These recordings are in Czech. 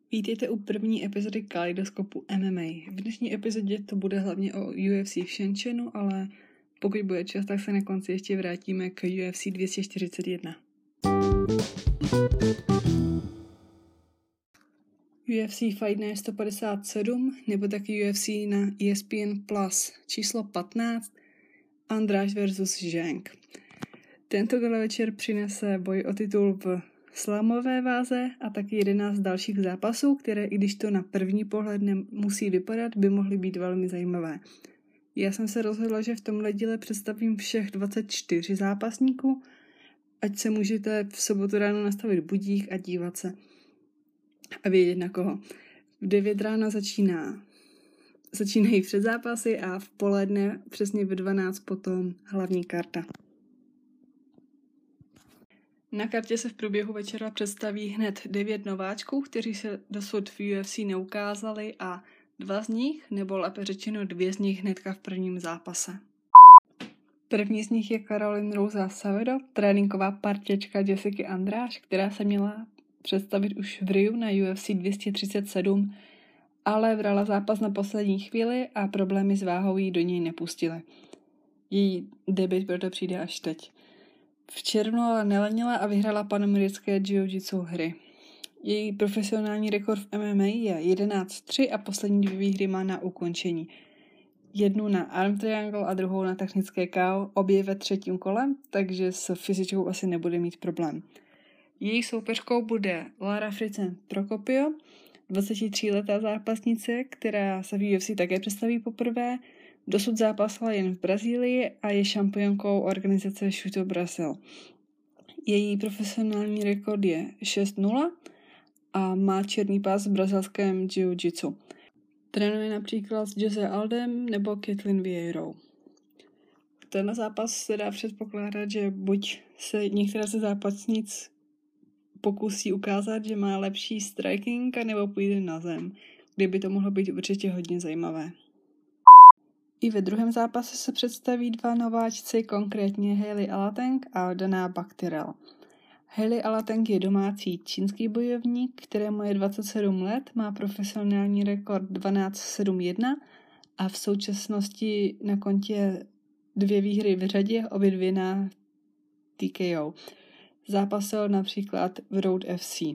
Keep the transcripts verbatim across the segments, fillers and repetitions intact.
Vítejte u první epizody Kaleidoskopu M M A. V dnešní epizodě to bude hlavně o U F C v Shenzhenu, ale pokud bude čas, tak se na konci ještě vrátíme k U F C dvě stě čtyřicet jedna. U F C Fight Night sto padesát sedm, nebo taky U F C na E S P N Plus číslo patnáct, Andrade versus Zhang. Tento večer přinese boj o titul v slamové váze a taky jedenáct dalších zápasů, které, i když to na první pohled nemusí vypadat, by mohly být velmi zajímavé. Já jsem se rozhodla, že v tomhle díle představím všech dvacet čtyři zápasníků, ať se můžete v sobotu ráno nastavit budík a dívat se a vědět na koho. V devět ráno začíná, začínají předzápasy a v poledne přesně ve dvanáct potom hlavní karta. Na kartě se v průběhu večera představí hned devět nováčků, kteří se dosud v U F C neukázali, a dva z nich, nebo lépe řečeno dvě z nich hnedka v prvním zápase. První z nich je Caroline Rosa Savedo, tréninková partiečka Jessiky Andrade, která se měla představit už v Riu na U F C dvě stě třicet sedm, ale vrala zápas na poslední chvíli a problémy s váhou jí do něj nepustily. Její debut proto přijde až teď. V červnu ale nelenila a vyhrála panamerické jiu-jitsu hry. Její profesionální rekord v M M A je jedenáct tři a poslední dvě výhry má na ukončení. Jednu na arm triangle a druhou na technické K O, obě ve třetím kole, takže s fyzičkou asi nebude mít problém. Její soupeřkou bude Lara Fritzen Procopio, dvacetitříletá zápasnice, která se v U F C také představí poprvé. Dosud zápasila jen v Brazílii a je šampionkou organizace Shooto Brazil. Její profesionální rekord je šest nula a má černý pás v brazilském jiu-jitsu. Trénuje například s Jose Aldem nebo Kathleen Vieirou. Tenhle zápas se dá předpokládat, že buď se některá ze zápasnic pokusí ukázat, že má lepší striking, nebo půjde na zem, kde by to mohlo být určitě hodně zajímavé. I ve druhém zápase se představí dva nováčci, konkrétně Hailey Alateng a Dana Bakterel. Hailey Alateng je domácí čínský bojovník, kterému je dvacet sedm let, má profesionální rekord dvanáct sedm jedna a v současnosti na kontě dvě výhry v řadě, obě dvě na T K O. Zápasil například v Road F C.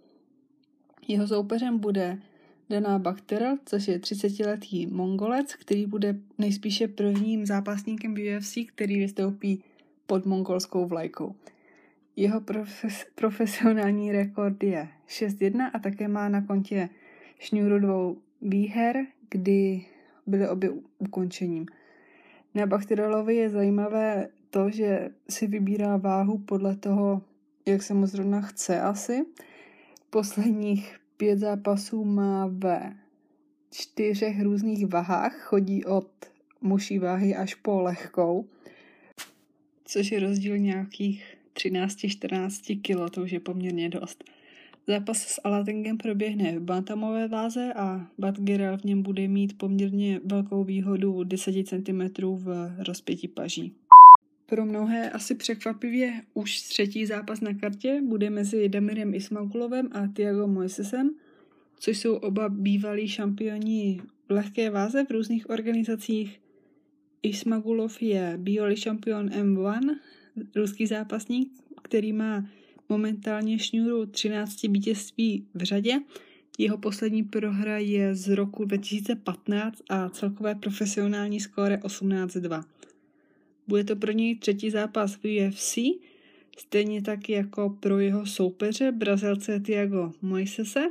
Jeho soupeřem bude Dana Bakterel, což je třicetiletý Mongolec, který bude nejspíše prvním zápasníkem v U F C, který vystoupí pod mongolskou vlajkou. Jeho profes, profesionální rekord je šest jedna a také má na kontě šňůru dvou výher, kdy byly obě ukončením. Na Bakterelovi je zajímavé to, že si vybírá váhu podle toho, jak se mu zrovna chce asi. Posledních pět zápasů má ve čtyřech různých vahách, chodí od muší váhy až po lehkou, což je rozdíl nějakých třináct až čtrnáct kilo, to už je poměrně dost. Zápas s Alatengem proběhne v bantamové váze a Bakterel v něm bude mít poměrně velkou výhodu deset centimetrů v rozpětí paží. Pro mnohé asi překvapivě už třetí zápas na kartě bude mezi Damirem Ismagulovem a Thiago Moisesem, což jsou oba bývalí šampioni v lehké váze v různých organizacích. Ismagulov je bývalý šampion M jedna, ruský zápasník, který má momentálně šňůru třináct vítězství v řadě. Jeho poslední prohra je z roku dva tisíce patnáct a celkové profesionální skóre osmnáct dva. Bude to pro něj třetí zápas v U F C, stejně tak jako pro jeho soupeře Brazilce Thiago Moisese,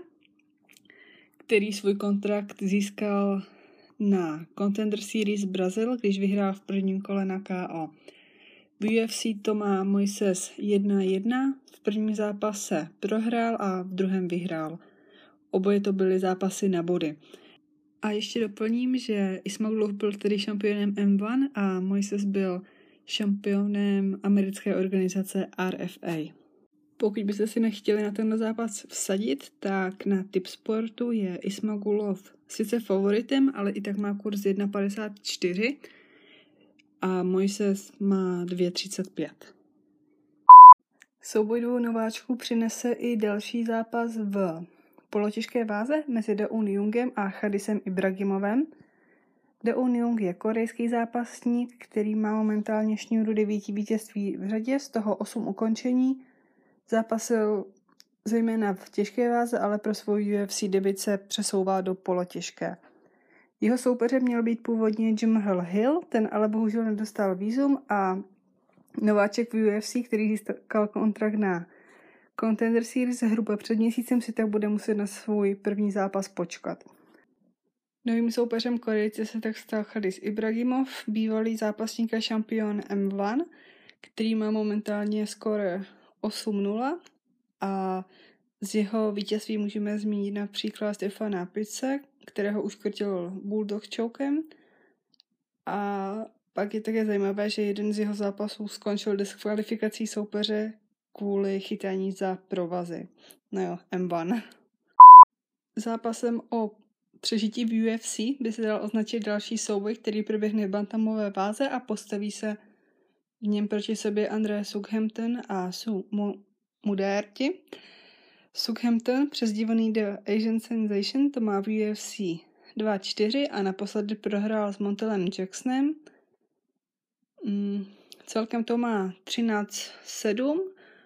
který svůj kontrakt získal na Contender Series Brazil, když vyhrál v prvním kole na K O. V U F C to má Moises jedna jedna, v prvním zápase prohrál a v druhém vyhrál. Oboje to byly zápasy na body. A ještě doplním, že Ismagulov byl tedy šampionem M jedna a Moises byl šampionem americké organizace R F A. Pokud byste si nechtěli na tenhle zápas vsadit, tak na Tipsportu je Ismagulov sice favoritem, ale i tak má kurz jedna padesát čtyři a Moises má dva třicet pět. Souboj dvou nováčků přinese i další zápas v polotěžké váze mezi Daeun Jungem a Khadisem Ibragimovem. Daeun Jung je korejský zápasník, který má momentálně šňůru devíti vítězství v řadě, z toho osm ukončení. Zápasil zejména v těžké váze, ale pro svůj U F C debut se přesouvá do polotěžké. Jeho soupeřem měl být původně Jamahal Hill, ten ale bohužel nedostal vízum a nováček v U F C, který získal kontrakt na Contender Series zhruba před měsícem, si tak bude muset na svůj první zápas počkat. Novým soupeřem Korejce se tak stal Khadis Ibragimov, bývalý zápasník a šampion M jedna, který má momentálně skóre osm nula a z jeho vítězství můžeme zmínit například Stefana Pice, kterého uškrtil bulldog chokem, a pak je také zajímavé, že jeden z jeho zápasů skončil diskvalifikací soupeře kvůli chytání za provazy. No jo, M jedna. Zápasem o přežití v U F C by se dal označit další souboj, který proběhne v bantamové váze a postaví se v něm proti sobě Andre Southampton a Su Mudaerti. Southampton, přezdívaný The Asian Sensation, to má v U F C dva čtyři a naposledy prohrál s Montelem Jacksonem. Mm, celkem to má třináct sedm,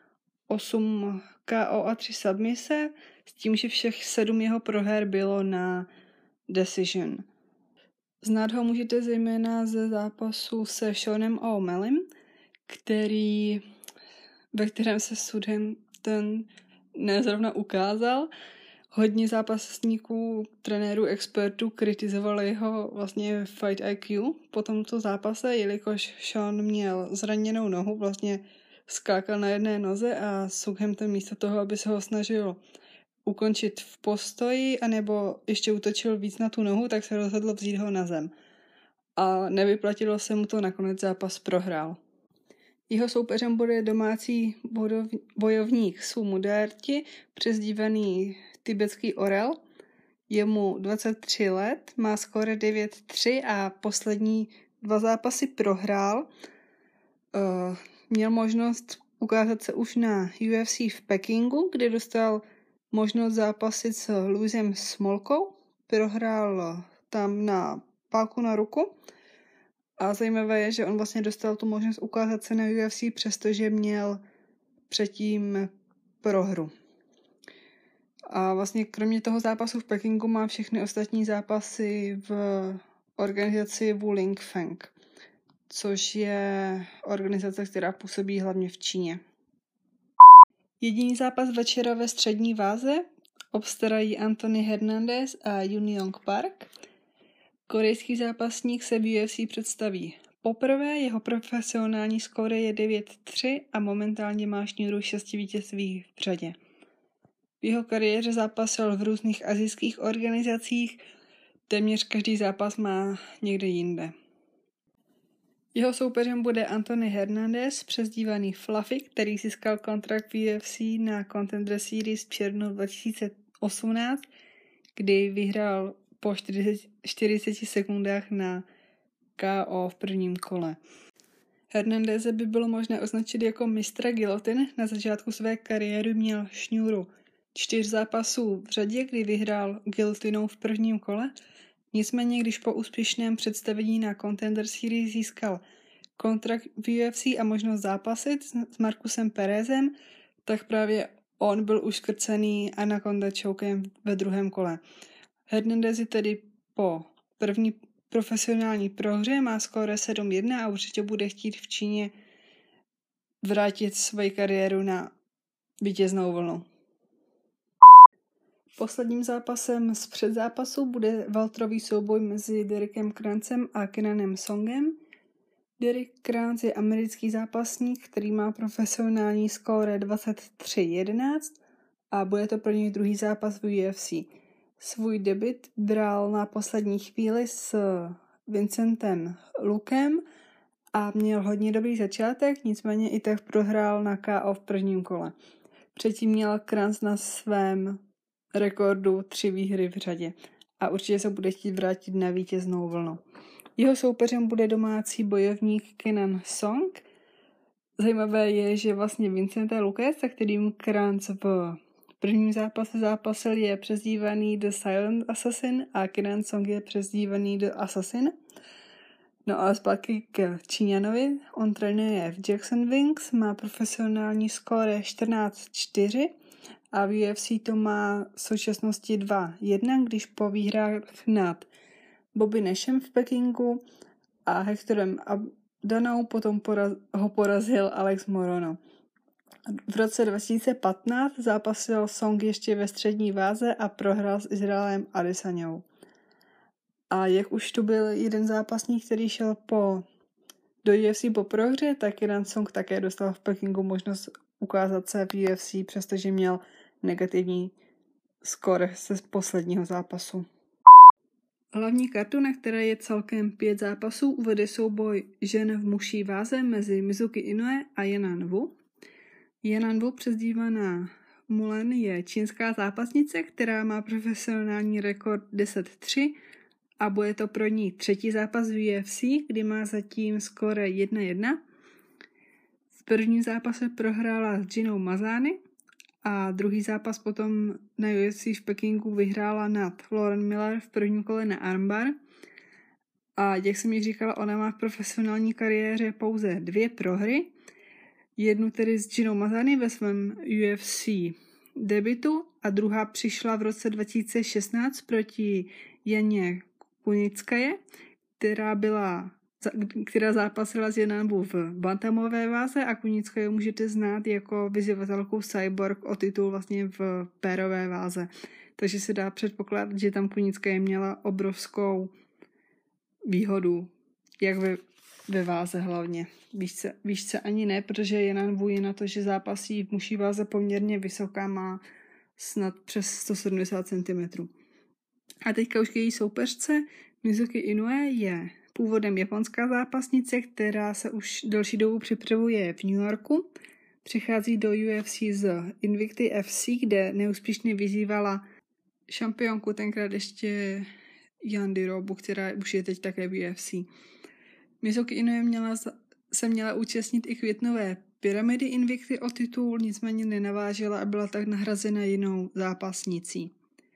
osm K O a tři submise, s tím, že všech sedm jeho proher bylo na decision. Znát ho můžete zejména ze zápasu se Seanem O'Malley, který, ve kterém se Southampton nezrovna ukázal. Hodně zápasníků, trenérů, expertů kritizovali jeho vlastně fight I Q po tomto zápase, jelikož Sean měl zraněnou nohu, vlastně skákal na jedné noze a Southampton místo toho, aby se ho snažil ukončit v postoji anebo ještě útočil víc na tu nohu, tak se rozhodl vzít ho na zem. A nevyplatilo se mu to, nakonec zápas prohrál. Jeho soupeřem bude domácí bojovník Su Mudaerti, přezdívaný tibetský orel. Je mu dvacet tři let, má skóre devět tři a poslední dva zápasy prohrál. Uh, měl možnost ukázat se už na U F C v Pekingu, kde dostal možnost zápasit s Louisem Smolkou. Prohrál tam na páku na ruku. A zajímavé je, že on vlastně dostal tu možnost ukázat se na U F C, přestože měl předtím prohru. A vlastně kromě toho zápasu v Pekingu má všechny ostatní zápasy v organizaci Wuling Feng, což je organizace, která působí hlavně v Číně. Jediný zápas večera ve střední váze obstarají Anthony Hernandez a Yun Yong Park. Korejský zápasník se v U F C představí poprvé, jeho profesionální skóre je devět tři a momentálně má šňůru šesti vítězství v řadě. V jeho kariéře zápasil v různých asijských organizacích, téměř každý zápas má někde jinde. Jeho soupeřem bude Anthony Hernandez, přezdívaný Fluffy, který získal kontrakt v U F C na Contender Series v červnu dva tisíce osmnáct, kdy vyhrál po čtyřiceti sekundách na K O v prvním kole. Hernandeze by bylo možné označit jako mistra gilotin. Na začátku své kariéry měl šňůru čtyř zápasů v řadě, kdy vyhrál gilotinou v prvním kole. Nicméně, když po úspěšném představení na Contender Series získal kontrakt v U F C a možnost zápasit s Marcusem Perezem, tak právě on byl uškrcený Anaconda chokem ve druhém kole. Hernandez je tedy po první profesionální prohře, má skóre sedm jedna a určitě bude chtít v Číně vrátit svoji kariéru na vítěznou vlnu. Posledním zápasem z předzápasu bude welterový souboj mezi Derekem Kranzem a Kenanem Songem. Derek Kranz je americký zápasník, který má profesionální skóre dvacet tři jedenáct a bude to pro něj druhý zápas v U F C. Svůj debut bral na poslední chvíli s Vincentem Lukem a měl hodně dobrý začátek, nicméně i tak prohrál na K O v prvním kole. Předtím měl Kranz na svém rekordu tři výhry v řadě a určitě se bude chtít vrátit na vítěznou vlnu. Jeho soupeřem bude domácí bojovník Kenan Song. Zajímavé je, že vlastně Vincente Luque, se kterým Kranz v prvním zápase zápasil je přezdívaný The Silent Assassin a Kenan Song je přezdívaný The Assassin. No a zpátky k Číňanovi. On trénuje v Jackson Wings, má profesionální skóre čtrnáct čtyři a v U F C to má v současnosti dva jedna, když po výhrách nad Bobby Nashem v Pekingu a Hectorem Abdanou potom poraz- ho porazil Alex Morono. V roce dva tisíce patnáct zápasil Song ještě ve střední váze a prohrál s Izraelem Adesanjou. A jak už tu byl jeden zápasník, který šel po, do U F C po prohře, tak Kenan Song také dostal v Pekingu možnost ukázat se v U F C, přestože měl negativní skóre z posledního zápasu. Hlavní kartu, na které je celkem pět zápasů, uvede souboj žen v mužší váze mezi Mizuki Inoue a Yanan Wu. Yanan Wu, přezdívaná Mulan, je čínská zápasnice, která má profesionální rekord deset tři a bude to pro ní třetí zápas v U F C, kdy má zatím skóre jedna jedna. V prvním zápase prohrála s Ginou Mazany a druhý zápas potom na U F C v Pekingu vyhrála nad Lauren Miller v prvním kole na armbar. A jak jsem ji říkala, ona má v profesionální kariéře pouze dvě prohry. Jednu tedy s Ginou Mazany ve svém U F C debutu a druhá přišla v roce dva tisíce šestnáct proti Janě Kunickaje, která byla která zápasila s Yanan Wu v bantamové váze a Kunickaje můžete znát jako vyzývatelku Cyborg o titul vlastně v pérové váze. Takže se dá předpokládat, že tam Kunickaje měla obrovskou výhodu, jak ve, ve váze hlavně. Výšce, výšce ani ne, protože Yanan Wu je na to, že zápasí v mužší váze poměrně vysoká, má snad přes sto sedmdesát centimetrů. A teďka už k její soupeřce. Mizuki Inoue je původem japonská zápasnice, která se už delší dobu připravuje v New Yorku. Přichází do U F C z Invicti F C, kde neúspěšně vyzývala šampionku, tenkrát ještě Yandy Robu, která už je teď také v U F C. Mizuki Inoue měla, se měla účastnit i květnové pyramidy Invicti o titul, nicméně nenavážela a byla tak nahrazena jinou zápasnicí.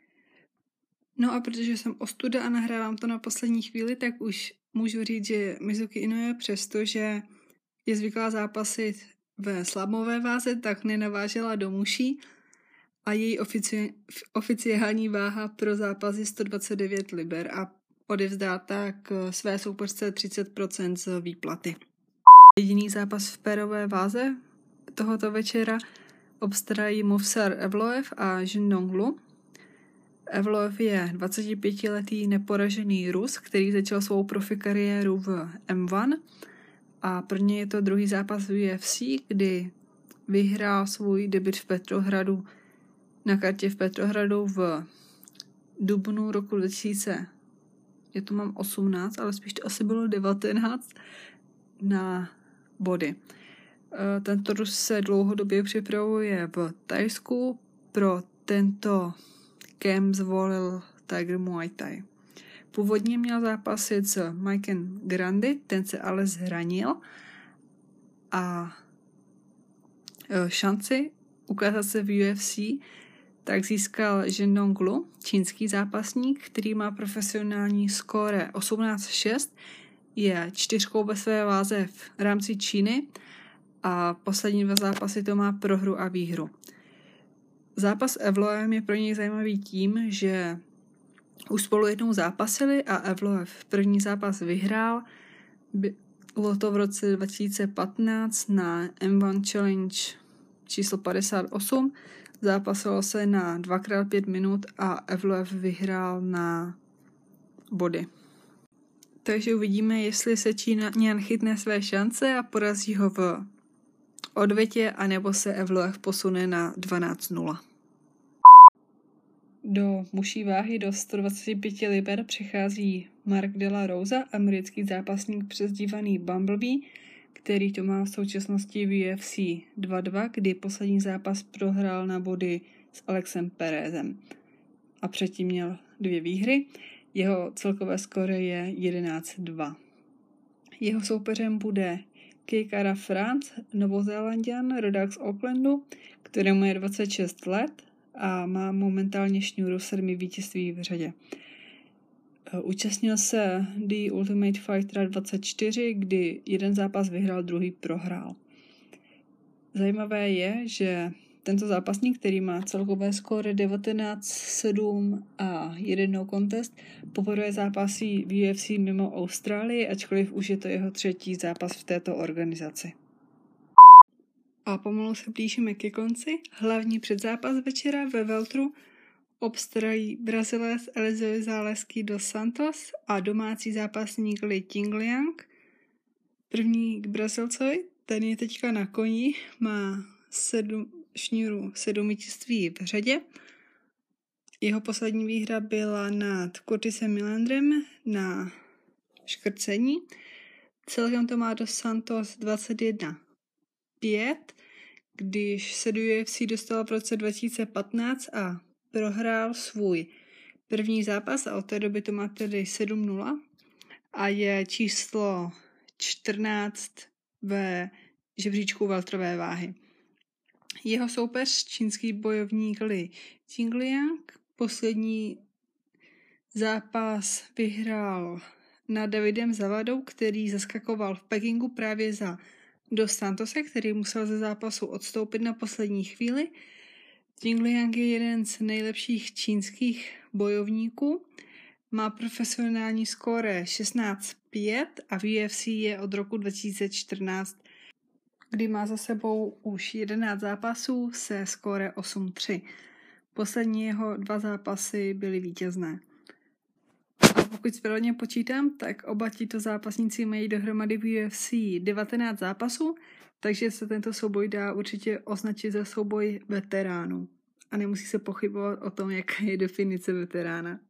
No a protože jsem ostuda a nahrávám to na poslední chvíli, tak už můžu říct, že Mizuki Inoue, přestože je zvyklá zápasit ve slabové váze, tak nenavážela do muší a její ofici- oficiální váha pro zápas je sto dvacet devět liber a odevzdá tak své soupeřce třicet procent z výplaty. Jediný zápas v pérové váze tohoto večera obstarají Movsar Evloev a Jin Donglu. Evloev je dvacetipětiletý neporažený Rus, který začal svou profi kariéru v M jedna a pro ně je to druhý zápas v U F C, kdy vyhrál svůj debut v Petrohradu na kartě v Petrohradu v dubnu roku dva tisíce. Já tu mám osmnáct, ale spíš to asi bylo devatenáct na body. Tento Rus se dlouhodobě připravuje v Thajsku. Pro tento Kem zvolil Tiger Muay Thai. Původně měl zápasit s Mikem Grandy, ten se ale zranil a šanci ukázat se v U F C tak získal Jin Donglu, čínský zápasník, který má profesionální skóre osmnáct šest, je čtyřkou ve své váze v rámci Číny a poslední dva zápasy to má prohru a výhru. Zápas s Evloevem je pro něj zajímavý tím, že už spolu jednou zápasili a Evloev první zápas vyhrál. Bylo to v roce dva tisíce patnáct na M jedna Challenge číslo padesát osm. Zápasilo se na dvakrát pět minut a Evloev vyhrál na body. Takže uvidíme, jestli se Číňan chytne své šance a porazí ho v odvetě, anebo se Evloev posune na dvanáct nula. Do mužší váhy do sto dvacet pět liber přichází Mark de la Rosa, americký zápasník přezdívaný Bumblebee, který to má v současnosti v U F C dva dva, kdy poslední zápas prohrál na body s Alexem Perezem a předtím měl dvě výhry. Jeho celkové skóre je jedenáct dva. Jeho soupeřem bude Keikara France, Novozélanďan, rodák z Aucklandu, kterému je dvacet šest let a má momentálně šňůru sedmi vítězství v řadě. Účastnil se The Ultimate Fighter dvacet čtyři, kdy jeden zápas vyhrál, druhý prohrál. Zajímavé je, že tento zápasník, který má celkové skóre devatenáct sedm a jeden no contest, poprvé zápasí v U F C mimo Austrálii, ačkoliv už je to jeho třetí zápas v této organizaci. A pomalu se blížíme ke konci. Hlavní předzápas večera ve welteru obstarají Brazilec Elizeu Zálesky dos Santos a domácí zápasník Li Jingliang. První k Brazilcovi, ten je teďka na koni, má sedm, šňůru sedm vítězství v řadě. Jeho poslední výhra byla nad Curtisem Millandrem na škrcení. Celkem to má dos Santos dvacet jedna pět, když se do U F C dostal v roce dva tisíce patnáct a prohrál svůj první zápas a od té doby to má tedy sedm nula a je číslo čtrnáct ve žebříčku welterové váhy. Jeho soupeř, čínský bojovník Li Jingliang, poslední zápas vyhrál nad Davidem Zavadou, který zaskakoval v Pekingu právě za dos Santose, který musel ze zápasu odstoupit na poslední chvíli. Jingliang je jeden z nejlepších čínských bojovníků. Má profesionální skóre šestnáct pět a v U F C je od roku dva tisíce čtrnáct, kdy má za sebou už jedenáct zápasů se skóre osm tři. Poslední jeho dva zápasy byly vítězné. A pokud správně počítám, tak oba tito zápasníci mají dohromady v U F C devatenáct zápasů, takže se tento souboj dá určitě označit za souboj veteránů. A nemusí se pochybovat o tom, jaká je definice veterána.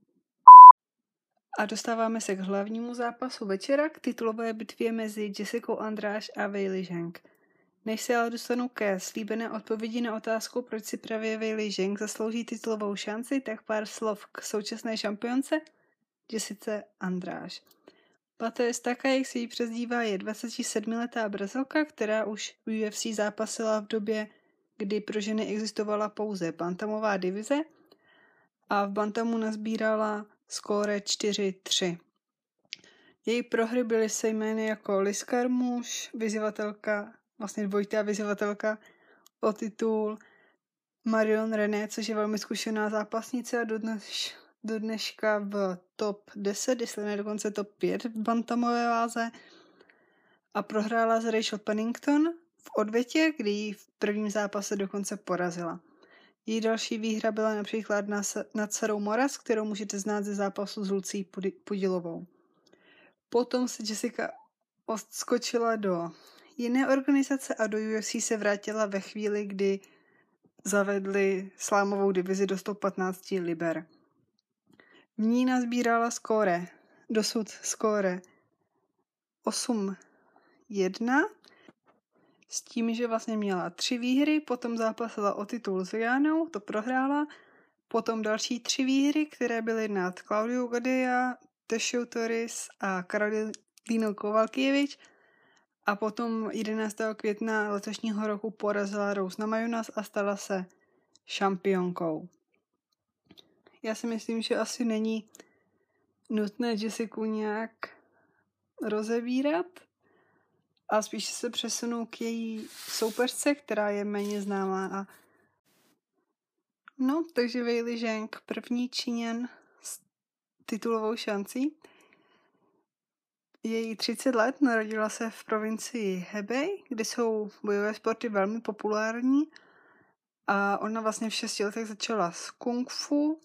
A dostáváme se k hlavnímu zápasu večera, k titulové bitvě mezi Jessicou Andrade a Weili Zhang. Než se ale dostanu ke slíbené odpovědi na otázku, proč si právě Weili Zhang zaslouží titulovou šanci, tak pár slov k současné šampionce Jessice Andrade. Patrice Taka, jak se jí přezdívá, je dvacetisedmiletá Brazilka, která už v U F C zápasila v době, kdy pro ženy existovala pouze bantamová divize a v bantamu nazbírala skóre čtyři tři. Její prohry byly se jmény jako Liz Carmouche, vyzývatelka, vlastně dvojitá vyzývatelka o titul, Marion René, což je velmi zkušená zápasnice a dodnes, do dneška v top deset, jestli ne dokonce top pět v bantamové váze, a prohrála s Rachel Pennington v odvětě, kdy ji v prvním zápase dokonce porazila. Její další výhra byla například nad Sarou Moras, kterou můžete znát ze zápasu s Lucí Pudilovou. Potom se Jessica odskočila do jiné organizace a do U F C se vrátila ve chvíli, kdy zavedli slámovou divizi do sto patnáct liber. V ní nazbírala skóre, dosud skóre osm jedna, s tím, že vlastně měla tři výhry, potom zápasila o titul s Jánou, to prohrála, potom další tři výhry, které byly nad Claudiou Gadelha, Teshou Torres a Karolínou Kovalkiewicz, a potom jedenáctého května letošního roku porazila Rose Namajunas a stala se šampionkou. Já si myslím, že asi není nutné Jessiku nějak rozebírat a spíš se přesunu k její soupeřce, která je méně známá. A no, takže Weili Zhang, první Číňan s titulovou šancí. Je jí třicet let, narodila se v provincii Hebei, kde jsou bojové sporty velmi populární, a ona vlastně v šesti letech začala s kung fu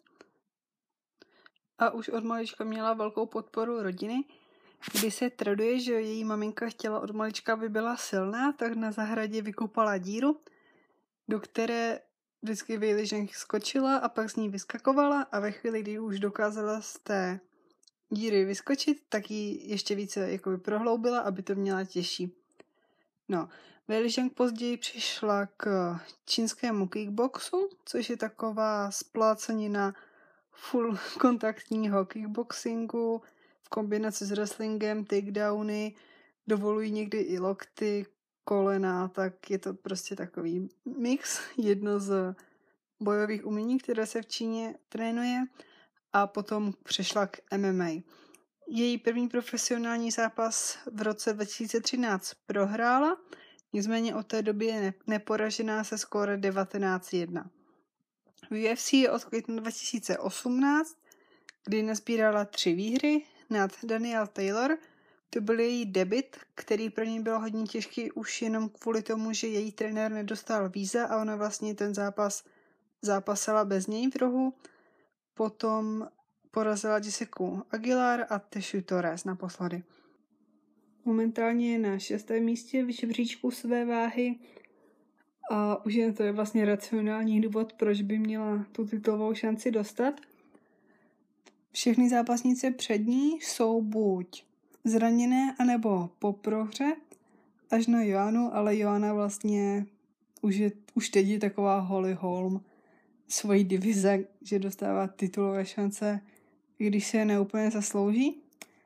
a už od malička měla velkou podporu rodiny. Když se traduje, že její maminka chtěla od malička, aby byla silná, tak na zahradě vykopala díru, do které vždycky Weili Zhang skočila a pak z ní vyskakovala, a ve chvíli, kdy už dokázala z té díry vyskočit, tak ji ještě více jakoby prohloubila, aby to měla těžší. No, Weili Zhang později přišla k čínskému kickboxu, což je taková splácenina full kontaktního kickboxingu v kombinaci s wrestlingem, takedowny, dovolují někdy i lokty, kolena, tak je to prostě takový mix, jedno z bojových umění, které se v Číně trénuje, a potom přešla k M M A. Její první profesionální zápas v roce dva tisíce třináct prohrála, nicméně od té doby je neporažená se skóre devatenáct jedna. V U F C je od května dva tisíce osmnáct, kdy nazbírala tři výhry nad Danielle Taylor. To byl její debut, který pro ní byl hodně těžký už jenom kvůli tomu, že její trenér nedostal víza a ona vlastně ten zápas zápasila bez něj v rohu. Potom porazila Jessiku Aguilar a Teshu Torres naposledy. Momentálně je na šestém místě v žebříčku své váhy a už jen to je vlastně racionální důvod, proč by měla tu titulovou šanci dostat. Všechny zápasnice před ní jsou buď zraněné, anebo po prohře, až na Joannu, ale Joanna vlastně už, je, už teď je taková Holly Holm svojí divize, že dostává titulové šance, i když se je neúplně zaslouží.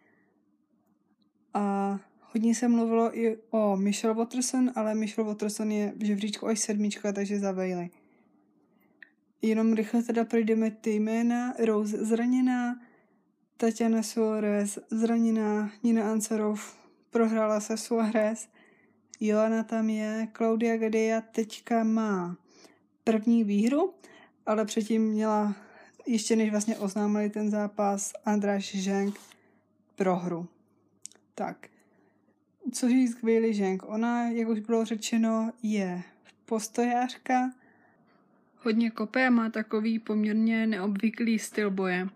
A hodně se mluvilo i o Michelle Waterson, ale Michelle Waterson je v žebříčku až sedmička, takže za Bayley. Jenom rychle teda projdeme ty jména. Rose zraněná, Tatiana Suarez zraněná, Nina Ancarov prohrála se Suarez, Joanna tam je, Claudia Gadeja teďka má první výhru, ale předtím měla, ještě než vlastně oznámili ten zápas, Andráš Ženk prohru. Tak, co říct k Weili Zhang? Ona, jak už bylo řečeno, je postojářka, hodně kope a má takový poměrně neobvyklý styl boje.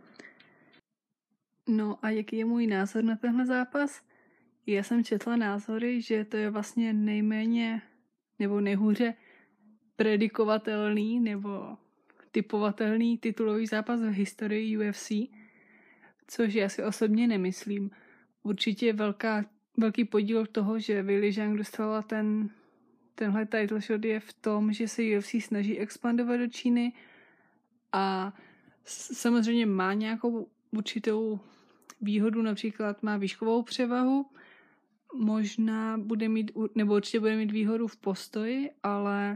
No a jaký je můj názor na tenhle zápas? Já jsem četla názory, že to je vlastně nejméně nebo nejhůře predikovatelný nebo typovatelný titulový zápas v historii U F C, což já si osobně nemyslím. Určitě velká, velký podíl toho, že Weili Zhang dostala ten, tenhle title shot je v tom, že se U F C snaží expandovat do Číny a samozřejmě má nějakou určitou výhodu, například má výškovou převahu, možná bude mít, nebo určitě bude mít výhodu v postoji, ale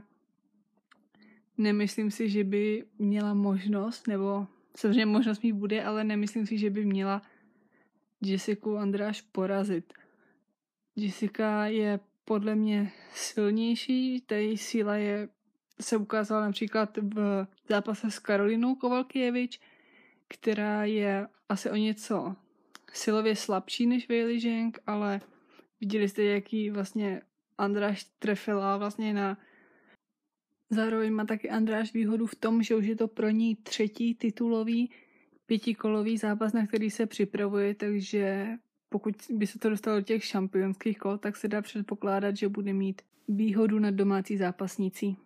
nemyslím si, že by měla možnost, nebo samozřejmě možnost mít bude, ale nemyslím si, že by měla Jessiku Andráš porazit. Jessica je podle mě silnější, ta její síla je, se ukázala například v zápase s Karolinou Kovalkijevič, která je asi o něco silově slabší než Weili Zhang, ale viděli jste, jaký vlastně Andráš trefila vlastně na... Zároveň má taky Andráš výhodu v tom, že už je to pro ní třetí titulový pětikolový zápas, na který se připravuje, takže pokud by se to dostalo do těch šampionských kol, tak se dá předpokládat, že bude mít výhodu nad domácí zápasnicí.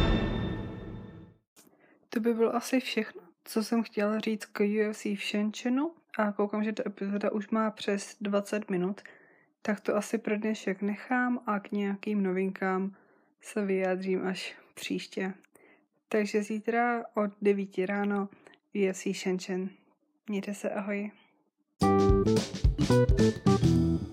To by bylo asi všechno, co jsem chtěla říct k U F C v Shenzhenu a koukám, že ta epizoda už má přes dvacet minut, tak to asi pro dnešek nechám a k nějakým novinkám se vyjádřím až příště. Takže zítra od devíti ráno U F C Shenzhen. Mějte se, ahoj.